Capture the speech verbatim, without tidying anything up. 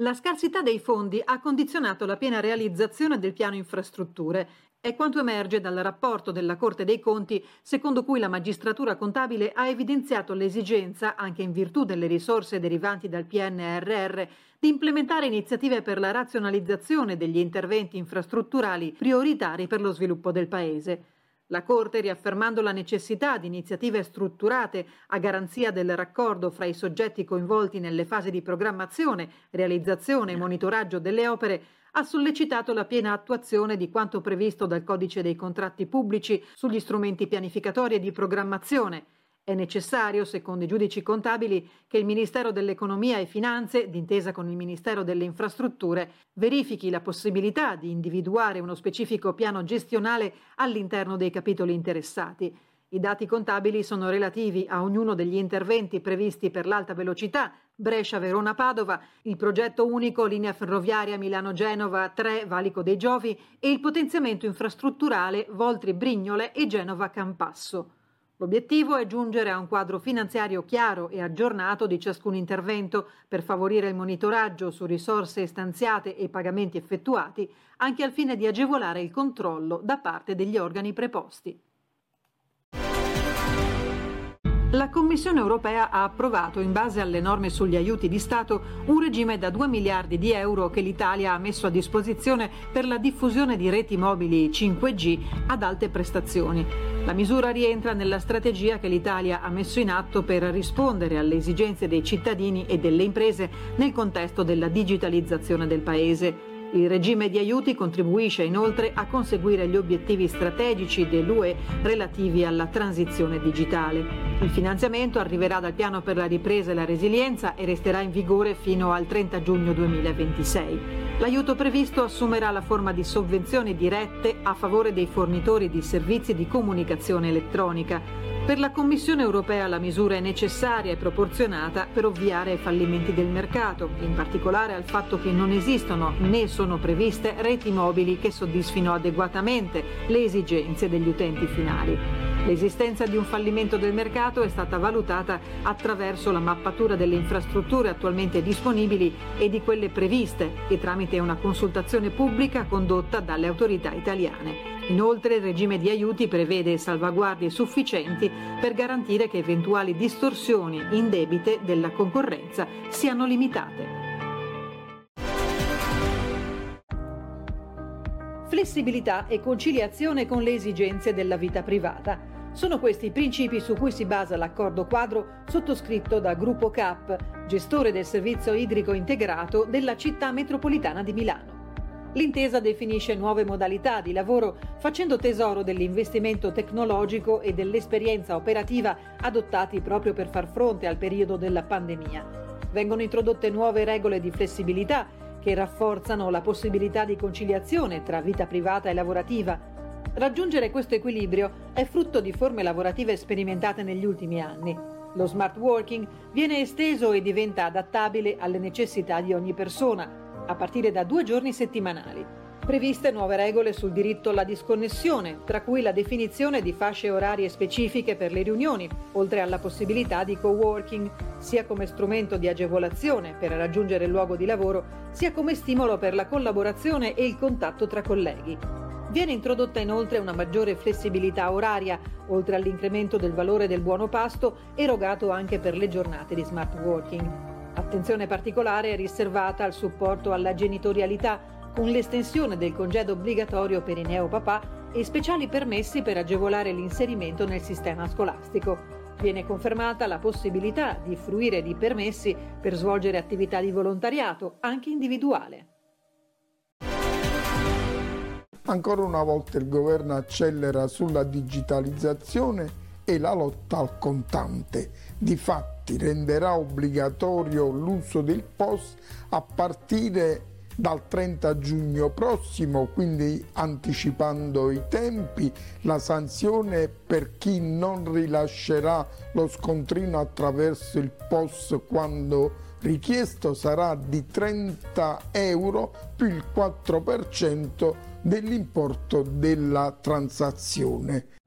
La scarsità dei fondi ha condizionato la piena realizzazione del piano infrastrutture. È quanto emerge dal rapporto della Corte dei Conti, secondo cui la magistratura contabile ha evidenziato l'esigenza, anche in virtù delle risorse derivanti dal P N R R, di implementare iniziative per la razionalizzazione degli interventi infrastrutturali prioritari per lo sviluppo del Paese. La Corte, riaffermando la necessità di iniziative strutturate a garanzia del raccordo fra i soggetti coinvolti nelle fasi di programmazione, realizzazione e monitoraggio delle opere, ha sollecitato la piena attuazione di quanto previsto dal Codice dei contratti pubblici sugli strumenti pianificatori e di programmazione. È necessario, secondo i giudici contabili, che il Ministero dell'Economia e Finanze, d'intesa con il Ministero delle Infrastrutture, verifichi la possibilità di individuare uno specifico piano gestionale all'interno dei capitoli interessati. I dati contabili sono relativi a ognuno degli interventi previsti per l'alta velocità Brescia-Verona-Padova, il progetto unico linea ferroviaria Milano-Genova tre Valico dei Giovi e il potenziamento infrastrutturale Voltri-Brignole e Genova-Campasso. L'obiettivo è giungere a un quadro finanziario chiaro e aggiornato di ciascun intervento per favorire il monitoraggio su risorse stanziate e pagamenti effettuati, anche al fine di agevolare il controllo da parte degli organi preposti. La Commissione europea ha approvato, in base alle norme sugli aiuti di Stato, un regime da due miliardi di euro che l'Italia ha messo a disposizione per la diffusione di reti mobili cinque G ad alte prestazioni. La misura rientra nella strategia che l'Italia ha messo in atto per rispondere alle esigenze dei cittadini e delle imprese nel contesto della digitalizzazione del Paese. Il regime di aiuti contribuisce inoltre a conseguire gli obiettivi strategici dell'U E relativi alla transizione digitale. Il finanziamento arriverà dal Piano per la ripresa e la resilienza e resterà in vigore fino al trenta giugno duemilaventisei. L'aiuto previsto assumerà la forma di sovvenzioni dirette a favore dei fornitori di servizi di comunicazione elettronica. Per la Commissione europea la misura è necessaria e proporzionata per ovviare ai fallimenti del mercato, in particolare al fatto che non esistono né sono previste reti mobili che soddisfino adeguatamente le esigenze degli utenti finali. L'esistenza di un fallimento del mercato è stata valutata attraverso la mappatura delle infrastrutture attualmente disponibili e di quelle previste e tramite una consultazione pubblica condotta dalle autorità italiane. Inoltre il regime di aiuti prevede salvaguardie sufficienti per garantire che eventuali distorsioni indebite della concorrenza siano limitate. Flessibilità e conciliazione con le esigenze della vita privata. Sono questi i principi su cui si basa l'accordo quadro sottoscritto da Gruppo C A P, gestore del servizio idrico integrato della città metropolitana di Milano. L'intesa definisce nuove modalità di lavoro facendo tesoro dell'investimento tecnologico e dell'esperienza operativa adottati proprio per far fronte al periodo della pandemia. Vengono introdotte nuove regole di flessibilità che rafforzano la possibilità di conciliazione tra vita privata e lavorativa. Raggiungere questo equilibrio è frutto di forme lavorative sperimentate negli ultimi anni. Lo smart working viene esteso e diventa adattabile alle necessità di ogni persona, a partire da due giorni settimanali. Previste nuove regole sul diritto alla disconnessione, tra cui la definizione di fasce orarie specifiche per le riunioni, oltre alla possibilità di coworking, sia come strumento di agevolazione per raggiungere il luogo di lavoro, sia come stimolo per la collaborazione e il contatto tra colleghi. Viene introdotta inoltre una maggiore flessibilità oraria, oltre all'incremento del valore del buono pasto erogato anche per le giornate di smart working. Attenzione particolare è riservata al supporto alla genitorialità, con l'estensione del congedo obbligatorio per i neopapà e speciali permessi per agevolare l'inserimento nel sistema scolastico. Viene confermata la possibilità di fruire di permessi per svolgere attività di volontariato, anche individuale. Ancora una volta il governo accelera sulla digitalizzazione e la lotta al contante. Difatti renderà obbligatorio l'uso del P O S a partire dal trenta giugno prossimo, quindi anticipando i tempi. La sanzione per chi non rilascerà lo scontrino attraverso il P O S quando richiesto sarà di trenta euro più il quattro per cento dell'importo della transazione.